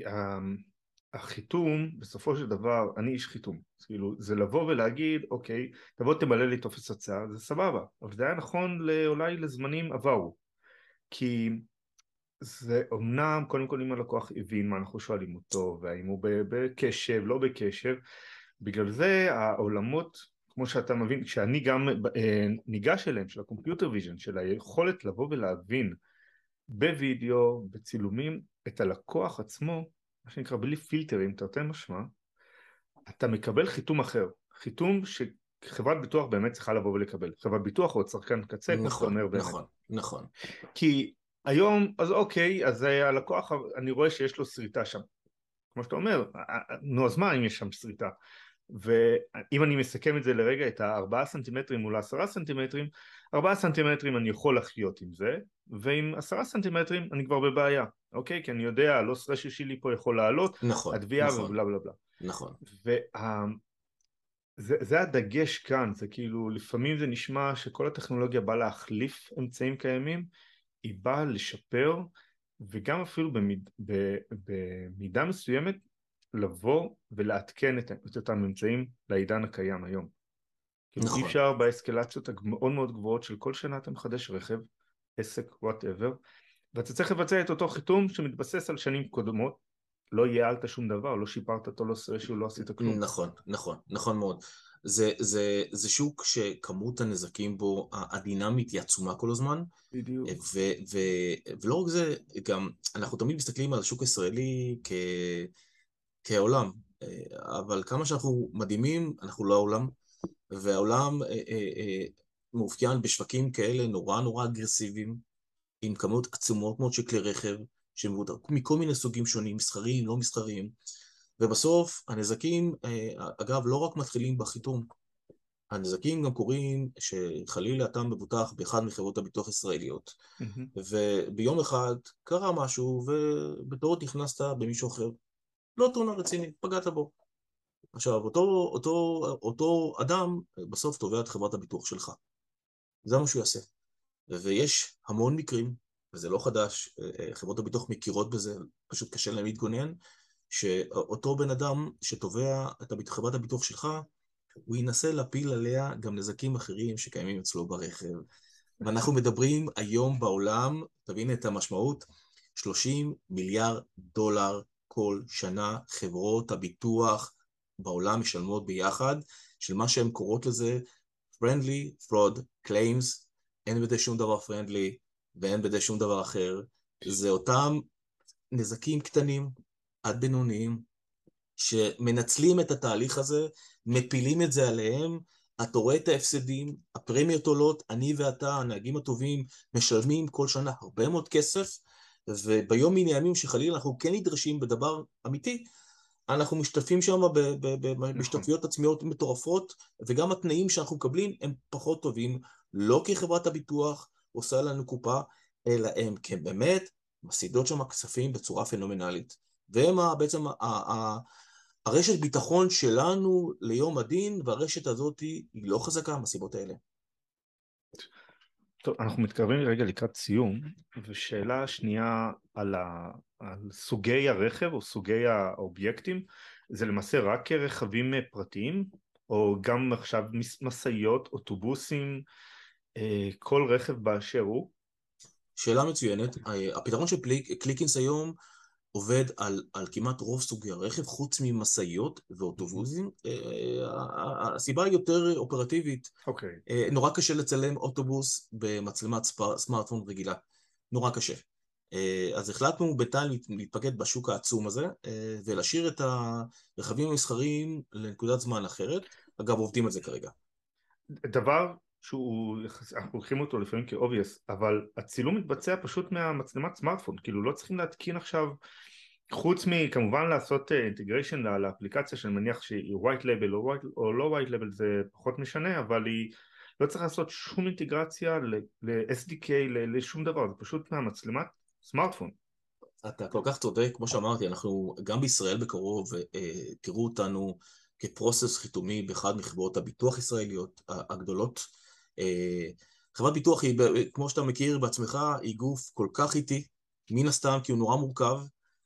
החיתום, בסופו של דבר, אני איש חיתום, כאילו, זה לבוא ולהגיד, אוקיי, תבוא תמלא לי טופס הצעה, זה סבבה, אבל זה היה נכון אולי לזמנים עברו, כי זה אומנם, קודם כל אם הלקוח הבין מה אנחנו שואלים אותו, והאם הוא בקשב, לא בקשב, בגלל זה העולמות, כמו שאתה מבין, כשאני גם אה, ניגש אליהם, של הקומפיוטר ויז'ן, של היכולת לבוא ולהבין בווידאו, בצילומים, את הלקוח עצמו, מה שנקרא בלי פילטרים, תרתי משמע, אתה מקבל חיתום אחר, חיתום שחברת ביטוח באמת צריכה לבוא ולקבל, חברת ביטוח או צרכן קצה, כמו שאתה נכון, אומר באמת. נכון, נכון. כי היום, אז אוקיי, אז הלקוח, אני רואה שיש לו שריטה שם. כמו שאתה אומר, נו אז מה אם יש שם שריטה? ואם אני מסכם את זה לרגע, את הארבעה סנטימטרים מול העשרה סנטימטרים, ארבעה סנטימטרים אני יכול לחיות עם זה, ועם עשרה סנטימטרים אני כבר בבעיה, אוקיי? כי אני יודע, הלוס רשיו שלי פה יכול לעלות, נכון, התביעה נכון, ובלה בלה בלה. נכון. וזה הדגש כאן, זה כאילו, לפעמים זה נשמע שכל הטכנולוגיה באה להחליף אמצעים קיימים, היא באה לשפר, וגם אפילו במיד, במידה מסוימת, לבוא ולעדכן את, את אותם אמצעים לעידן הקיים היום. כאילו אי נכון. אפשר באסקלציות המאוד מאוד גבוהות של כל שנה אתה מחדש רכב, עסק, whatever, ואתה צריך לבצע את אותו חיתום שמתבסס על שנים קודמות, לא ייעלת שום דבר, לא שיפרת אותו, לא שהוא לא עשית כלום. נכון, נכון, נכון מאוד. זה, זה, זה שוק שכמות הנזקים בו, הדינמית היא עצומה כל הזמן, בדיוק. ו, ו, ולא רק זה, גם אנחנו תמיד מסתכלים על השוק הישראלי כ, כעולם, אבל כמה שאנחנו מדהימים, אנחנו לא העולם, והעולם אה, אה, אה, מאופיין בשווקים כאלה נורא נורא אגרסיביים, עם כמות עצומות מאוד של כלי רכב, מכל מיני סוגים שונים, מסחריים, לא מסחריים, ובסוף הנזקים, אגב, לא רק מתחילים בחיתום, הנזקים גם קורים שחלילה אתה מבוטח באחד מחברות הביטוח הישראליות, וביום אחד קרה משהו ובטעות נכנסת במישהו אחר, לא תאונה רצינית, פגעת בו. עכשיו, אותו, אותו, אותו אדם בסוף תובע את חברת הביטוח שלך. זה מה שהוא יעשה. ויש המון מקרים, וזה לא חדש, חברות הביטוח מכירות בזה, פשוט קשה להם להתגונן, שאותו בן אדם שתובע את חברת הביטוח שלך, הוא ינסה להפיל עליה גם נזקים אחרים שקיימים אצלו ברכב. ואנחנו מדברים היום בעולם, תבין את המשמעות, שלושים מיליארד דולר כל שנה חברות הביטוח בעולם משלמות ביחד, של מה שהן קוראות לזה friendly fraud claims, אין בזה שום דבר friendly ואין בזה שום דבר אחר, זה אותם נזקים קטנים עד בינוניים, שמנצלים את התהליך הזה, מפילים את זה עליהם, אתה רואה את ההפסדים, הפרמיות עולות, אני ואתה, הנהגים הטובים, משלמים כל שנה הרבה מאוד כסף, וביום מן הימים שחלילה אנחנו כן נדרשים בדבר אמיתי, אנחנו משתתפים שם בהשתתפויות עצמיות מטורפות, וגם התנאים שאנחנו מקבלים הם פחות טובים, לא כי חברת הביטוח עושה לנו קופה, אלא הם כבאמת מסידות שם כספים בצורה פנומנלית. והם בעצם הרשת ביטחון שלנו ליום הדין, והרשת הזאת היא לא חזקה מהסיבות האלה. טוב, אנחנו מתקרבים רגע לקראת סיום, ושאלה שנייה על, ה... על סוגי הרכב או סוגי האובייקטים, זה למעשה רק רכבים פרטיים, או גם עכשיו משאיות, אוטובוסים, כל רכב באשר הוא? שאלה מצוינת. הפתרון של קליקינס היום עובד על, על כמעט רוב סוגי הרכב, חוץ ממסעיות ואוטובוסים. הסיבה היא יותר אופרטיבית. Okay. נורא קשה לצלם אוטובוס במצלמת סמארטפון רגילה. נורא קשה. אז החלטנו בינתיים להתפקד בשוק העצום הזה, ולהשאיר את הרכבים המסחריים לנקודת זמן אחרת. אגב, עובדים על זה כרגע. דבר שהוא, אנחנו הולכים אותו לפעמים כאובייס, אבל הצילום מתבצע פשוט מהמצלמת סמארטפון, כאילו לא צריכים להתקין עכשיו, חוץ מכמובן לעשות אינטגריישן לאפליקציה שאני מניח שהיא white label או, white, או לא white label, זה פחות משנה, אבל היא לא צריך לעשות שום אינטגרציה ל-אס די קיי, לשום דבר, זה פשוט מהמצלמת סמארטפון. אתה כל כך צודק, כמו שאמרתי, אנחנו גם בישראל בקרוב, תראו אותנו כפרוסס חיתומי באחד מחברות הביטוח הישראליות הגדולות. חברת ביטוח היא, כמו שאתה מכיר בעצמך, היא גוף כל כך איטי, מן הסתם כי הוא נורא מורכב,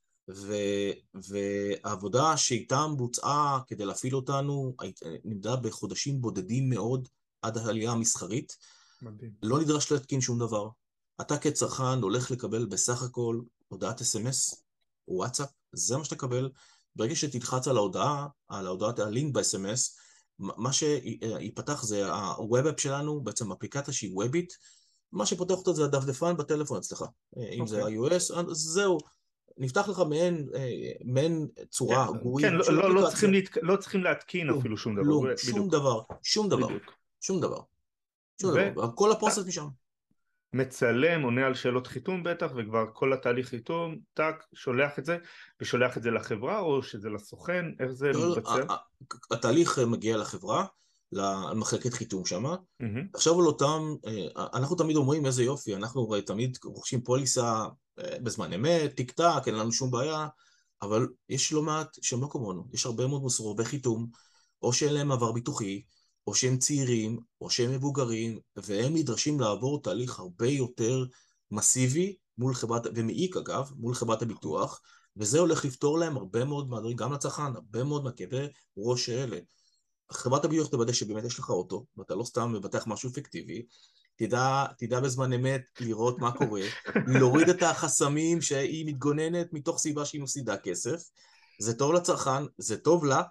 והעבודה שאיתם בוצעה כדי להפעיל אותנו, נמדה בחודשים בודדים מאוד עד העלייה המסחרית. מדהים. לא נדרש להתקין שום דבר. אתה כצרכן הולך לקבל בסך הכל הודעת אס אם אס או וואטסאפ, זה מה שתקבל, ברגע שתלחץ על ההודעה, על ההודעת הלינק ב-אס אם אס, מה שיפתח זה ה-Web App שלנו, בעצם אפליקציה שהיא וובית, מה שפותח אותה זה הדפדפן בטלפון אצלך. אם זה iOS, אז זהו, נפתח לך מעין, מעין צורה כן, גורית של לא, לא, אפליקציה. צריכים להת... לא צריכים להתקין כלום, אפילו שום דבר. כלום, שום בדיוק. דבר, שום דבר, בדיוק. שום דבר, שום דבר, כל הפרוסס משם. מצלם, עונה על שאלות חיתום בטח, וכבר כל התהליך חיתום, טק, שולח את זה, ושולח את זה לחברה, או שזה לסוכן, איך זה מתבצע? התהליך מגיע לחברה, למחלקת חיתום שם, עכשיו על אותם, אנחנו תמיד אומרים איזה יופי, אנחנו תמיד רוכשים פוליסה בזמן אמת, טיק טק, אין לנו שום בעיה, אבל יש לא מעט שהם לא כמונו, יש הרבה מאוד מסורבי חיתום, או שאין להם עבר ביטוחי, או שהם צעירים, או שהם מבוגרים, והם נדרשים לעבור תהליך הרבה יותר מסיבי, מול חברת, ומעיק אגב, מול חברת הביטוח, וזה הולך לפתור להם הרבה מאוד מהדברים, גם לצרכן, הרבה מאוד מהכאבי ראש האלה. חברת הביטוח תוודא שבאמת יש לך אוטו, ואתה לא סתם מבטח משהו אפקטיבי, תדע, תדע בזמן אמת לראות מה קורה, להוריד את החסמים שהיא מתגוננת מתוך סיבה שהיא מפסידה כסף, זה טוב לצרכן, זה טוב לה,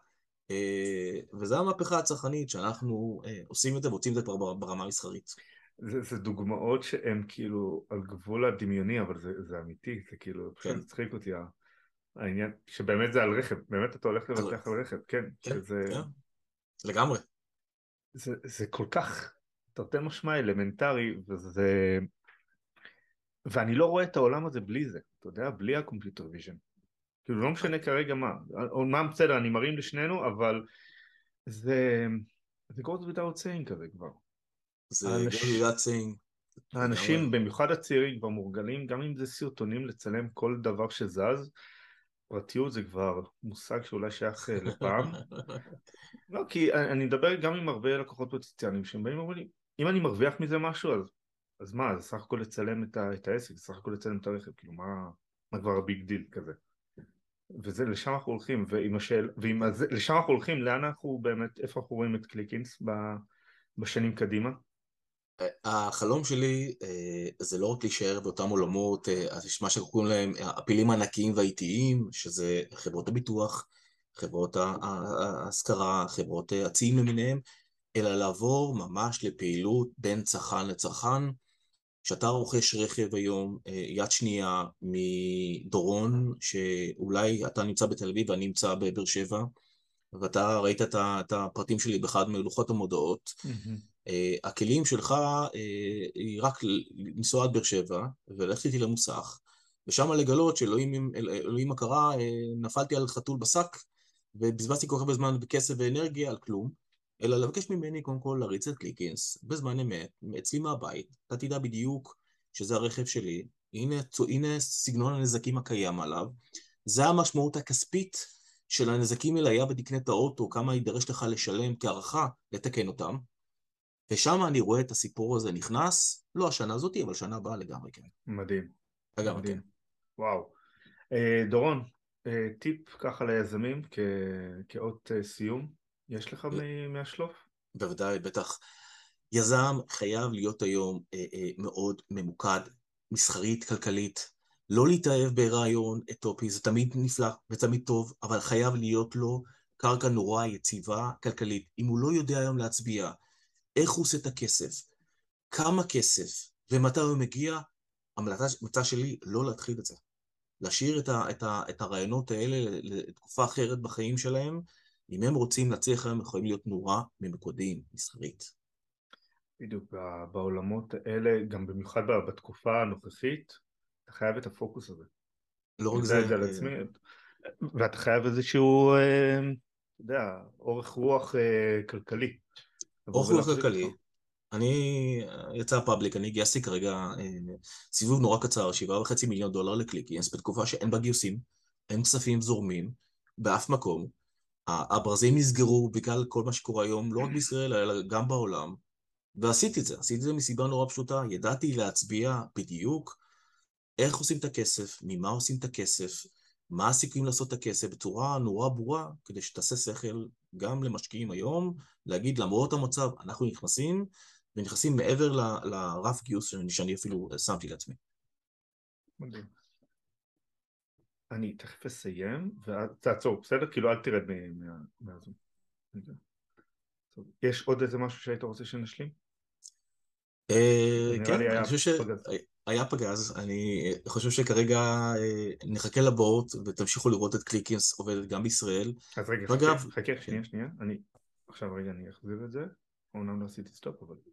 וזו המהפכה הצרכנית שאנחנו עושים את זה ועושים את זה ברמה המסחרית. זה, זה דוגמאות שהן כאילו על גבול הדמיוני, אבל זה, זה אמיתי, זה כאילו פשוט מצחיק אותי העניין, שבאמת זה על רכב, באמת אתה הולך לבטח על רכב, כן, כן, שזה... כן, לגמרי. זה, זה כל כך תרתי משמע אלמנטרי, וזה... ואני לא רואה את העולם הזה בלי זה, אתה יודע, בלי הקומפיוטר ויז'ן. כאילו לא משנה כרגע מה, או מה בסדר, אני מרים לשנינו, אבל זה... זה goes without saying כזה כבר. זה goes without saying. האנשים, במיוחד הצעירים, כבר מורגלים, גם אם זה סרטונים לצלם כל דבר שזז, פרטיות זה כבר מושג שאולי שייך לפעם. לא, כי אני מדבר גם עם הרבה לקוחות פוטנציאליים שהם באים ואומרים לי, אם אני מרוויח מזה משהו, אז, אז מה, זה סך הכל לצלם את, ה, את העסק, זה סך הכל לצלם את הרכב, כאילו מה, מה כבר הביג דיל כזה. וזה, לשם אנחנו הולכים, ועם השאל, ועם הזה, לשם אנחנו הולכים, לאן אנחנו באמת, איפה אנחנו רואים את קליקינס בשנים קדימה? החלום שלי זה לא רק להישאר באותם עולמות, מה שקוראים להם הפילים הענקיים והאיטיים, שזה חברות הביטוח, חברות ההשכרה, חברות הציים למיניהם, אלא לעבור ממש לפעילות בין צרכן לצרכן. כשאתה רוכש רכב היום יד שנייה מדורון, שאולי אתה נמצא בתל אביב ואני נמצא בבאר שבע, ואתה ראית את הפרטים שלי באחד מלוחות המודעות, הכלים שלך היא רק לנסוע עד באר שבע וללכת איתי למוסך, ושם לגלות שאלוהים הכרה, נפלתי על חתול בשק ובזבזתי כל כך הרבה זמן בכסף ואנרגיה על כלום, אלא לבקש ממני קודם כל להריץ את קליקינס בזמן אמת, אצלי מהבית, אתה תדע בדיוק שזה הרכב שלי, הנה, הנה סגנון הנזקים הקיים עליו, זה המשמעות הכספית של הנזקים האלה, היה ותקנה את האוטו, כמה יידרש לך לשלם כערכה לתקן אותם, ושם אני רואה את הסיפור הזה נכנס, לא השנה הזאת, אבל שנה הבאה לגמרי כן. מדהים. לגמרי מדהים. כן. וואו. דורון, טיפ ככה ליזמים כאות סיום, יש לך מהשלוף? בוודאי, בטח. יזם חייב להיות היום מאוד ממוקד, מסחרית, כלכלית, לא להתאהב ברעיון אטופי, זה תמיד נפלא ותמיד טוב, אבל חייב להיות לו קרקע נורא יציבה כלכלית. אם הוא לא יודע היום להצביע, איך הוא עושה את הכסף, כמה כסף, ומתי הוא מגיע, המלצה שלי לא להתחיל את זה. להשאיר את, ה, את, ה, את הרעיונות האלה לתקופה אחרת בחיים שלהם, אם הם רוצים להצליח היום, יכולים להיות נורא ממוקדים, מסחרית. בדיוק, בעולמות האלה, גם במיוחד בתקופה הנוכחית, אתה חייב את הפוקוס הזה. לא רק זה. זה. על עצמי, ואתה חייב איזשהו, אתה יודע, אורך רוח כלכלי. אורך רוח כלכלי. אני יצא פאבליק, אני גייסתי כרגע סיבוב נורא קצר, שבעה וחצי מיליון דולר לקליקינס, בתקופה שאין בה גיוסים, אין כספים זורמים, באף מקום. הברזים נסגרו בגלל כל מה שקורה היום, לא רק בישראל, אלא גם בעולם. ועשיתי את זה, עשיתי את זה מסיבה נורא פשוטה, ידעתי להצביע בדיוק איך עושים את הכסף, ממה עושים את הכסף, מה הסיכויים לעשות את הכסף, בצורה נורא ברורה, כדי שתעשה שכל גם למשקיעים היום, להגיד למרות המצב, אנחנו נכנסים, ונכנסים מעבר ל, לרף גיוס שאני אפילו שמתי לעצמי. מדהים. אני תכף אסיים, ואז תעצור, בסדר? כאילו אל תרד מה- מה- מהזום. טוב. יש עוד איזה משהו שהיית רוצה שנשלים? אה, נראה כן, לי אני היה חושב פגז. שהיה פגז, אני חושב שכרגע אה, נחכה לבורט ותמשיכו לראות את קליקינס עובדת גם בישראל. אז רגע, חכה, ואגב, חכה, כן, שנייה, שנייה. אני, עכשיו רגע, אני אחזיר את זה. אומנם לא עשיתי סטופ, אבל...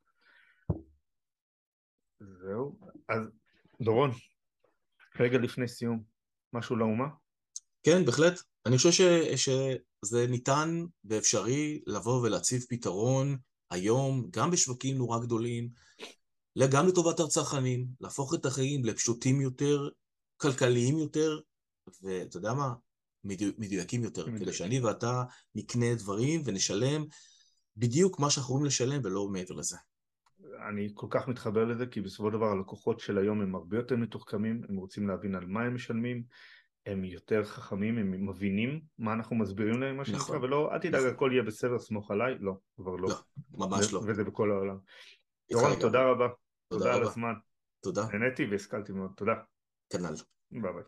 זהו. אז דורון, רגע לפני סיום, משהו לאומה? כן, בהחלט. אני חושב ש, שזה ניתן ואפשרי לבוא ולהציב פתרון היום, גם בשווקים נורא גדולים, גם לטובת הצרכנים, להפוך את החיים לפשוטים יותר, כלכליים יותר, ואתה יודע מה? מדו- מדויקים יותר, כדי מדויק. שאני ואתה נקנה דברים ונשלם בדיוק מה שאנחנו יכולים לשלם ולא מעבר לזה. אני כל כך מתחבר לזה, כי בסופו של דבר הלקוחות של היום הם הרבה יותר מתוחכמים, הם רוצים להבין על מה הם משלמים, הם יותר חכמים, הם מבינים מה אנחנו מסבירים להם, מה שנקרא, נכון, ולא, אל תדאג, נכון. הכל יהיה בסדר, סמוך עליי, לא, כבר לא, לא. ממש ו- לא. וזה בכל העולם. איתך דורון, תודה לגמרי. רבה, תודה תודה על רבה. הזמן, תודה. נהניתי והשכלתי מאוד, תודה, כנ"ל. ביי ביי.